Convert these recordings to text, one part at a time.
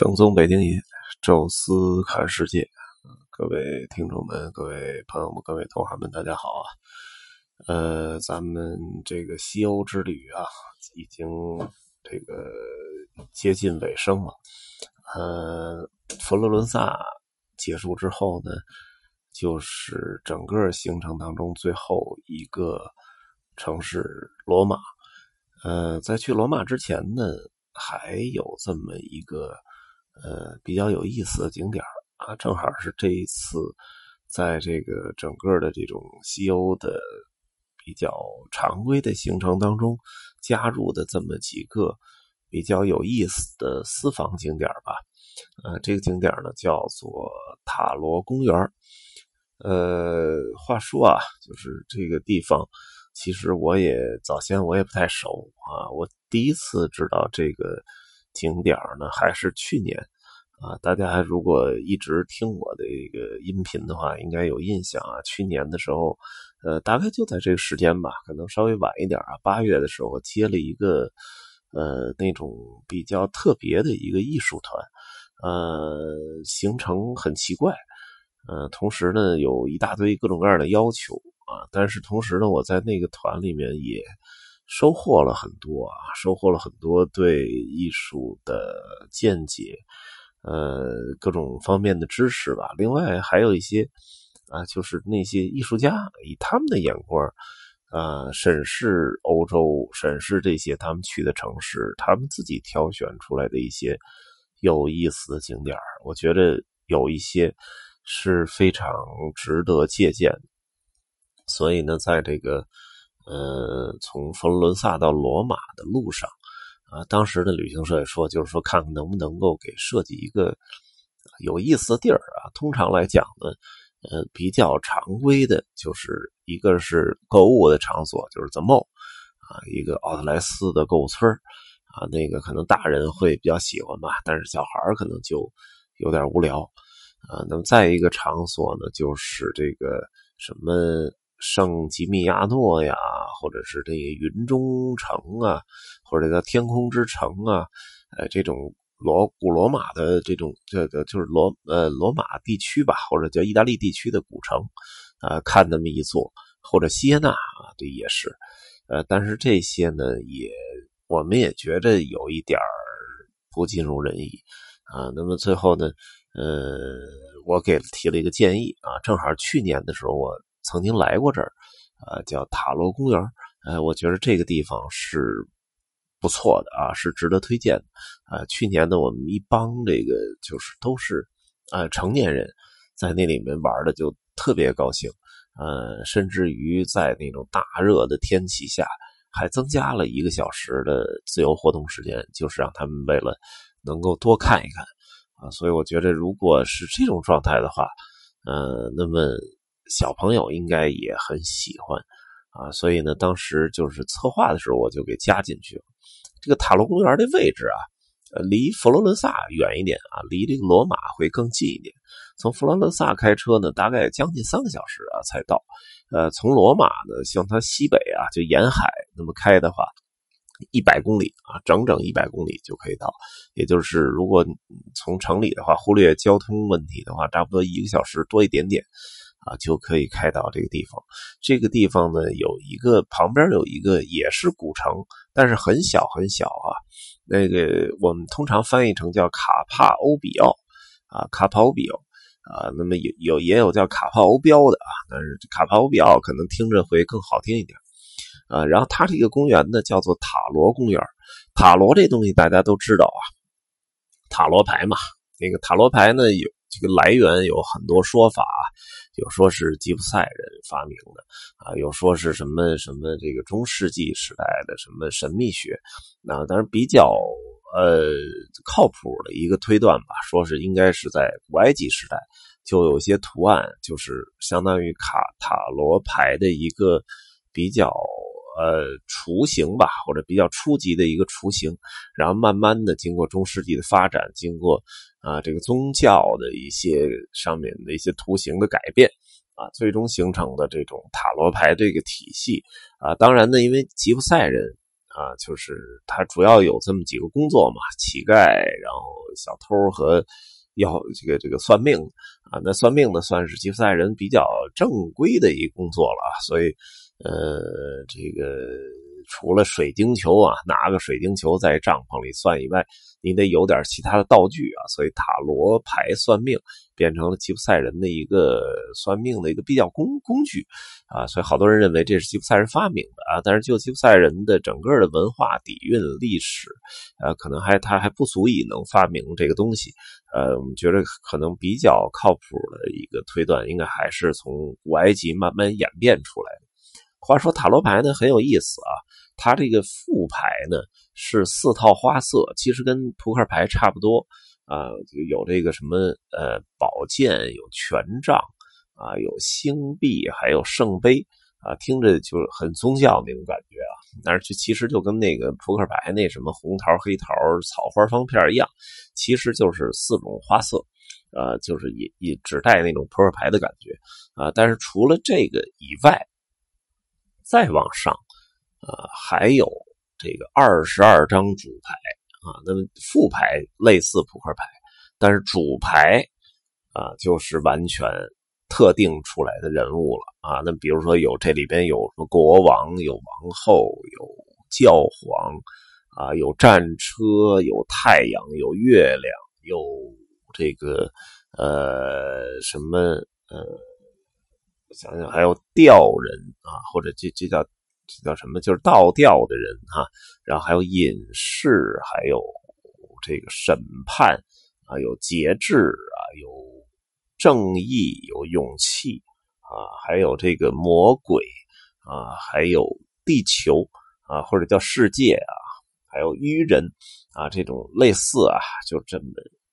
正宗北京爷，宙斯看世界。各位听众们，各位朋友们，各位同行们，大家好啊！咱们这个西欧之旅啊，已经这个接近尾声了。佛罗伦萨结束之后呢，就是整个行程当中最后一个城市罗马。在去罗马之前呢，还有这么一个比较有意思的景点啊，正好是这一次在这个整个的这种西欧的比较常规的行程当中加入的这么几个比较有意思的私房景点吧。这个景点呢叫做塔罗公园。话说啊，就是这个地方其实早先我也不太熟啊，我第一次知道这个景点呢还是去年啊。大家如果一直听我的这个音频的话，应该有印象啊。去年的时候大概就在这个时间吧，可能稍微晚一点啊，8月的时候我接了一个那种比较特别的一个艺术团，行程很奇怪，同时呢有一大堆各种各样的要求啊，但是同时呢我在那个团里面也收获了很多对艺术的见解，各种方面的知识吧。另外还有一些就是那些艺术家以他们的眼光审视欧洲，审视这些他们去的城市，他们自己挑选出来的一些有意思的景点，我觉得有一些是非常值得借鉴的。所以呢，在这个从佛罗伦萨到罗马的路上当时的旅行社也说，就是说看看能不能够给设计一个有意思的地儿啊。通常来讲呢，比较常规的就是一个是购物的场所，就是 The Mall 一个奥特莱斯的购物村那个可能大人会比较喜欢吧，但是小孩可能就有点无聊那么再一个场所呢，就是这个什么圣吉密亚诺呀，或者是这个云中城啊，或者叫天空之城啊，这种古罗马的这种就是罗马地区吧，或者叫意大利地区的古城看那么一座，或者锡耶纳这也是但是这些呢我们也觉得有一点不尽如人意那么最后呢我提了一个建议正好去年的时候我曾经来过这儿叫塔罗公园我觉得这个地方是不错的是值得推荐的去年呢我们一帮这个就是都是成年人在那里面玩的就特别高兴甚至于在那种大热的天气下还增加了1个小时的自由活动时间，就是让他们为了能够多看一看所以我觉得如果是这种状态的话那么小朋友应该也很喜欢所以呢当时就是策划的时候我就给加进去了。这个塔罗公园的位置离佛罗伦萨远一点离这个罗马会更近一点。从佛罗伦萨开车呢大概将近3个小时才到。从罗马呢向它西北就沿海那么开的话100公里整整100公里就可以到。也就是如果从城里的话忽略交通问题的话，差不多1个小时多一点点就可以开到这个地方。这个地方呢旁边有一个也是古城，但是很小很小那个我们通常翻译成叫卡帕欧比奥卡帕欧比奥那么也有叫卡帕欧标的但是卡帕欧比奥可能听着会更好听一点然后它这个公园呢叫做塔罗公园。塔罗这东西大家都知道塔罗牌嘛，那个塔罗牌呢有这个来源有很多说法有说是吉普赛人发明的有说是什么这个中世纪时代的什么神秘学当然比较靠谱的一个推断吧，说是应该是在古埃及时代就有些图案，就是相当于塔罗牌的一个比较雏形吧，或者比较初级的一个雏形，然后慢慢的经过中世纪的发展，经过这个宗教的一些上面的一些图形的改变最终形成的这种塔罗牌这个体系当然呢因为吉普赛人啊，就是他主要有这么几个工作嘛，乞丐，然后小偷和要这个算命啊。那算命呢，算是吉普赛人比较正规的一个工作了啊。所以这个除了水晶球啊，拿个水晶球在帐篷里算以外，你得有点其他的道具啊。所以塔罗牌算命变成了吉普赛人的一个算命的一个比较工具啊。所以好多人认为这是吉普赛人发明的啊。但是就吉普赛人的整个的文化底蕴历史可能他还不足以能发明这个东西。我们觉得可能比较靠谱的一个推断应该还是从古埃及慢慢演变出来的。话说塔罗牌呢很有意思啊，它这个副牌呢是4套花色，其实跟扑克牌差不多啊。有这个什么宝剑，有权杖啊，有星币，还有圣杯啊，听着就很宗教那种感觉啊。但是其实就跟那个扑克牌那什么红桃、黑桃、草花、方片一样，其实就是4种花色。就是也只带那种扑克牌的感觉啊。但是除了这个以外，再往上还有这个22张主牌啊。那么副牌类似扑克牌，但是主牌就是完全特定出来的人物了啊。那比如说这里边有什么国王，有王后，有教皇啊，有战车，有太阳，有月亮，有这个什么我想想，还有吊人啊，或者这叫什么，就是倒吊的人啊。然后还有隐士，还有这个审判啊，有节制啊，有正义，有勇气啊，还有这个魔鬼啊，还有地球啊，或者叫世界啊，还有愚人啊，这种类似啊，就这么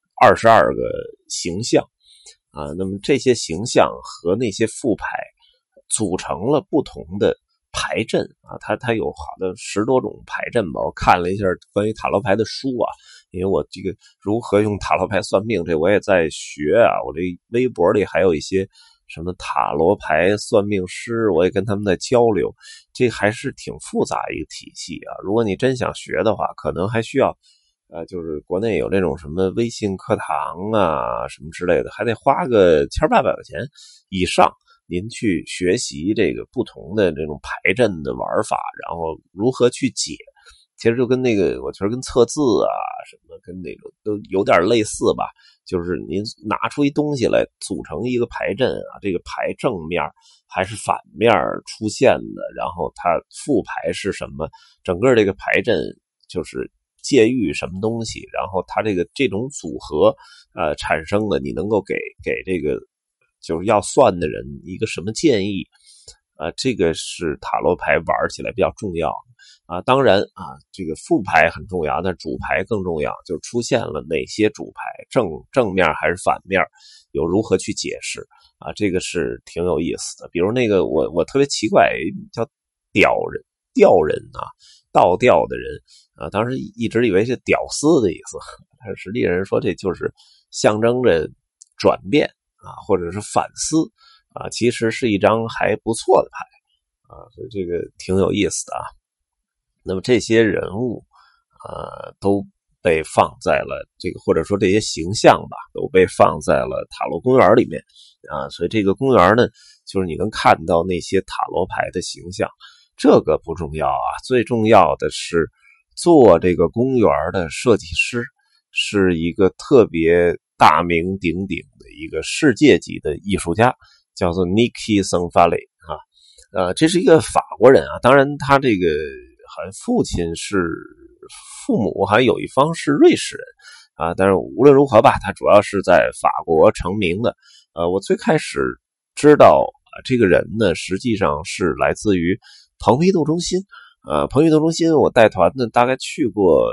22个形象啊。那么这些形象和那些副牌组成了不同的牌阵啊。它有好的10多种牌阵吧。我看了一下关于塔罗牌的书啊，因为我这个如何用塔罗牌算命，这我也在学啊。我这微博里还有一些什么塔罗牌算命师，我也跟他们在交流。这还是挺复杂一个体系啊。如果你真想学的话，可能还需要就是国内有这种什么微信课堂啊什么之类的，还得花个1800块钱以上，您去学习这个不同的这种牌阵的玩法，然后如何去解。其实就跟那个我觉得跟测字啊什么跟那种都有点类似吧。就是您拿出一东西来组成一个牌阵啊，这个牌正面还是反面出现的，然后它副牌是什么，整个这个牌阵就是介于什么东西，然后它这种组合产生了，你能够给这个就是要算的人一个什么建议这个是塔罗牌玩起来比较重要啊。当然啊，这个副牌很重要，但主牌更重要，就出现了哪些主牌正面还是反面，有如何去解释啊，这个是挺有意思的。比如那个我特别奇怪，叫吊人啊，倒吊的人啊，当时一直以为是屌丝的意思，但是实际上说这就是象征着转变啊，或者是反思啊，其实是一张还不错的牌啊，所以这个挺有意思的啊。那么这些人物都被放在了这个，或者说这些形象吧，都被放在了塔罗公园里面啊。所以这个公园呢，就是你能看到那些塔罗牌的形象，这个不重要啊，最重要的是做这个公园的设计师是一个特别大名鼎鼎的一个世界级的艺术家，叫做 Niki Sanfali 啊。这是一个法国人啊，当然他这个好像父母好像有一方是瑞士人啊，但是无论如何吧，他主要是在法国成名的。我最开始知道这个人呢，实际上是来自于蓬皮杜中心。蓬皮杜中心我带团呢，大概去过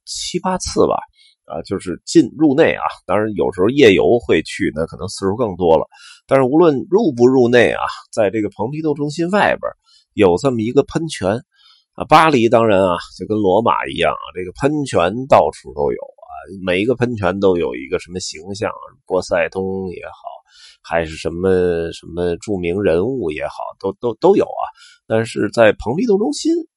7、8次吧。就是入内啊，当然有时候夜游会去，那可能次数更多了。但是无论入不入内啊，在这个蓬皮杜中心外边有这么一个喷泉啊。巴黎当然啊，就跟罗马一样啊，这个喷泉到处都有啊，每一个喷泉都有一个什么形象，波塞冬也好，还是什么著名人物也好，都有啊。但是在蓬皮杜中心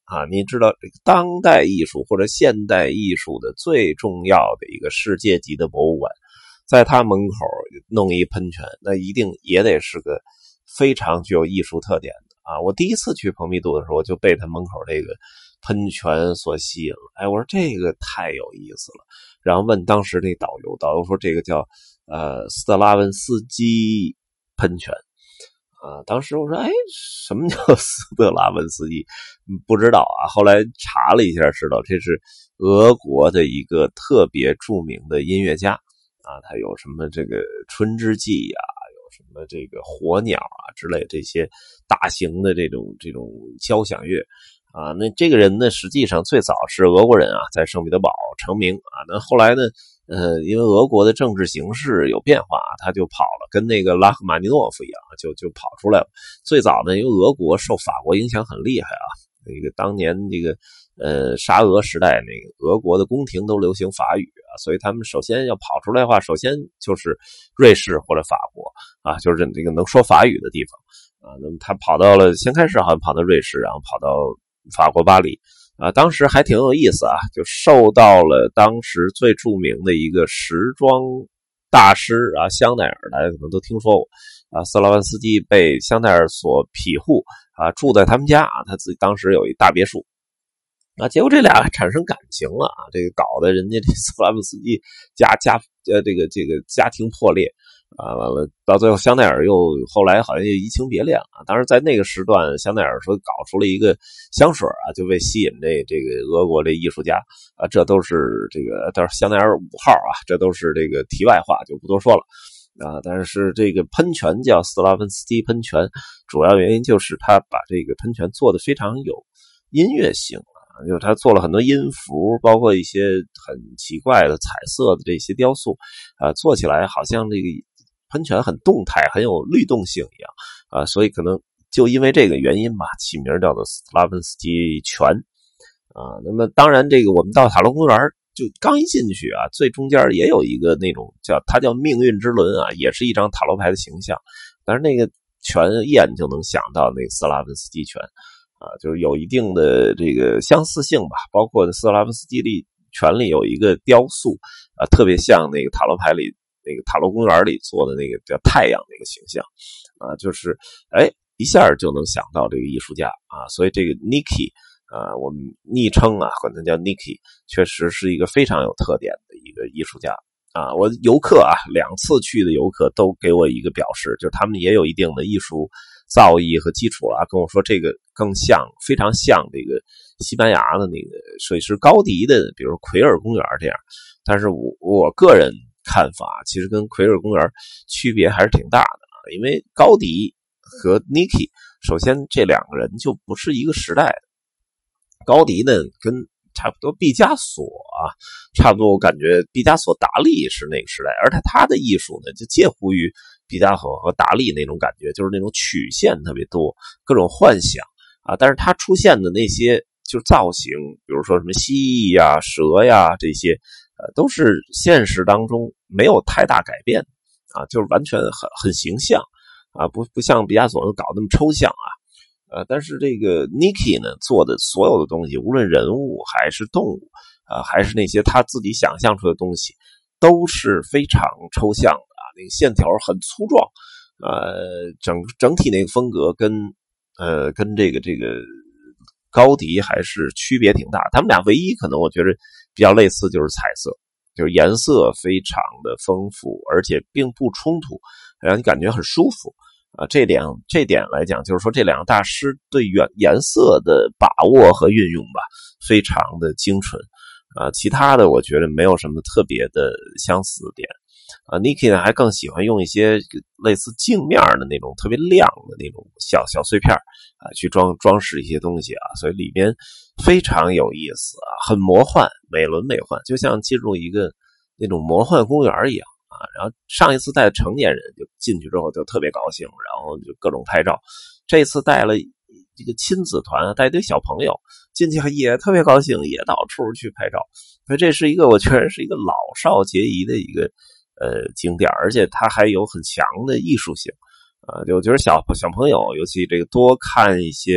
啊，你知道这个当代艺术或者现代艺术的最重要的一个世界级的博物馆，在它门口弄一喷泉，那一定也得是个非常具有艺术特点的啊！我第一次去蓬皮杜的时候，我就被它门口这个喷泉所吸引了。哎，我说这个太有意思了，然后问当时那导游，导游说这个叫斯特拉文斯基喷泉。当时我说，哎，什么叫斯特拉文斯基？不知道啊。后来查了一下，知道这是俄国的一个特别著名的音乐家啊。他有什么这个春之祭呀，有什么这个火鸟啊之类这些大型的这种交响乐啊。那这个人呢，实际上最早是俄国人啊，在圣彼得堡成名啊。那后来呢？因为俄国的政治形势有变化，他就跑了，跟那个拉赫玛尼诺夫一样，就跑出来了。最早呢，因为俄国受法国影响很厉害啊，那个当年这个沙俄时代，那个俄国的宫廷都流行法语啊，所以他们首先要跑出来的话，首先就是瑞士或者法国啊，就是这个能说法语的地方啊。那么他跑到了，先开始好像跑到瑞士，然后跑到法国巴黎。当时还挺有意思啊，就受到了当时最著名的一个时装大师啊，香奈儿，大家可能都听说过啊。斯拉文斯基被香奈儿所庇护啊，住在他们家啊，他自己当时有一大别墅啊，结果这俩产生感情了啊，这个搞得人家这斯拉文斯基这个家庭破裂啊，完了到最后香奈儿又后来好像也移情别恋了。当然在那个时段，香奈儿说搞出了一个香水啊，就为吸引这个俄国这艺术家啊，这都是这个但是香奈儿5号啊，这都是这个题外话，就不多说了啊。但是这个喷泉叫斯拉文斯基喷泉，主要原因就是他把这个喷泉做得非常有音乐性。就是他做了很多音符，包括一些很奇怪的彩色的这些雕塑做起来好像这个喷泉很动态，很有律动性一样啊，所以可能就因为这个原因吧，起名叫做斯拉文斯基泉啊。那么当然这个我们到塔罗公园就刚一进去啊，最中间也有一个那种它叫命运之轮啊，也是一张塔罗牌的形象，但是那个泉一眼就能想到那个斯拉文斯基泉就是有一定的这个相似性吧，包括斯拉文斯基泉里有一个雕塑特别像那个塔罗牌里那个塔罗公园里做的那个叫太阳那个形象就是一下就能想到这个艺术家所以这个 Niki我们昵称管他叫 Niki， 确实是一个非常有特点的一个艺术家我游客2次去的游客都给我一个表示，就是他们也有一定的艺术造诣和基础了跟我说这个非常像这个西班牙的那个设计师高迪的，比如奎尔公园这样。但是我个人看法，其实跟奎尔公园区别还是挺大的因为高迪和 Niki， 首先这两个人就不是一个时代的。高迪呢，跟差不多毕加索差不多我感觉毕加索达利是那个时代，而他的艺术呢就介乎于毕加索和达利那种感觉，就是那种曲线特别多，各种幻想但是他出现的那些就是造型，比如说什么蜥蜴呀、蛇呀这些都是现实当中没有太大改变就是完全很形象不像毕加索搞那么抽象但是这个 Niki 呢做的所有的东西，无论人物还是动物还是那些他自己想象出的东西，都是非常抽象的那个线条很粗壮整体那个风格跟这个高迪还是区别挺大。他们俩唯一可能我觉得比较类似就是彩色，就是颜色非常的丰富，而且并不冲突，让你感觉很舒服这点来讲，就是说这两个大师对颜色的把握和运用吧，非常的精纯其他的我觉得没有什么特别的相似点Niki 呢还更喜欢用一些类似镜面的那种特别亮的那种小碎片去装饰一些东西所以里边非常有意思很魔幻，美轮美奂，就像进入一个那种魔幻公园一样然后上一次带成年人就进去之后就特别高兴，然后就各种拍照。这次带了这个亲子团，带一堆小朋友进去也特别高兴，也到处去拍照。所以这是一个我觉得是一个老少皆宜的一个景点，而且它还有很强的艺术性我觉得小朋友尤其这个多看一些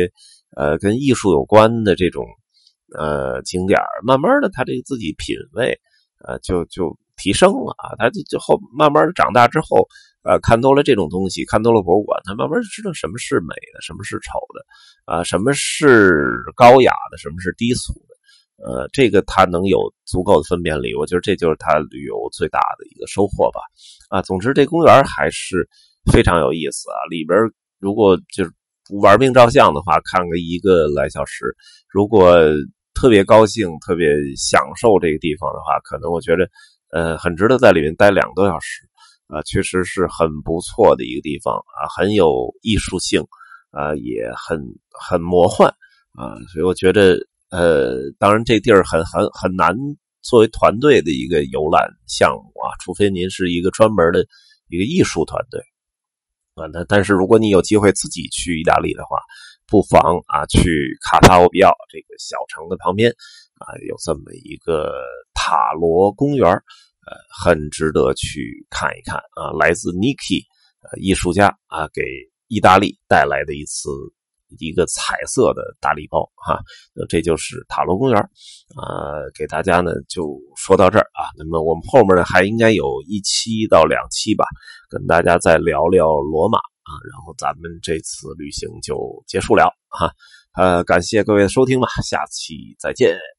跟艺术有关的这种景点，慢慢的他这个自己品味就提升了啊，他就慢慢的长大之后看多了这种东西，看多了博物馆，他慢慢就知道什么是美的，什么是丑的什么是高雅的，什么是低俗的。这个他能有足够的分辨力，我觉得这就是他旅游最大的一个收获吧。总之这公园还是非常有意思啊，里边如果就是玩命照相的话，看个1个来小时，如果特别高兴特别享受这个地方的话，可能我觉得很值得在里面待2个多小时确实是很不错的一个地方很有艺术性也很魔幻所以我觉得当然这地儿很难作为团队的一个游览项目除非您是一个专门的一个艺术团队但是如果你有机会自己去意大利的话，不妨去卡帕欧比奥这个小城的旁边有这么一个塔罗公园很值得去看一看来自 Niki 艺术家给意大利带来的一个彩色的大礼包这就是塔罗公园给大家呢就说到这儿那么我们后面呢还应该有1期到2期吧，跟大家再聊聊罗马然后咱们这次旅行就结束了感谢各位的收听吧，下期再见。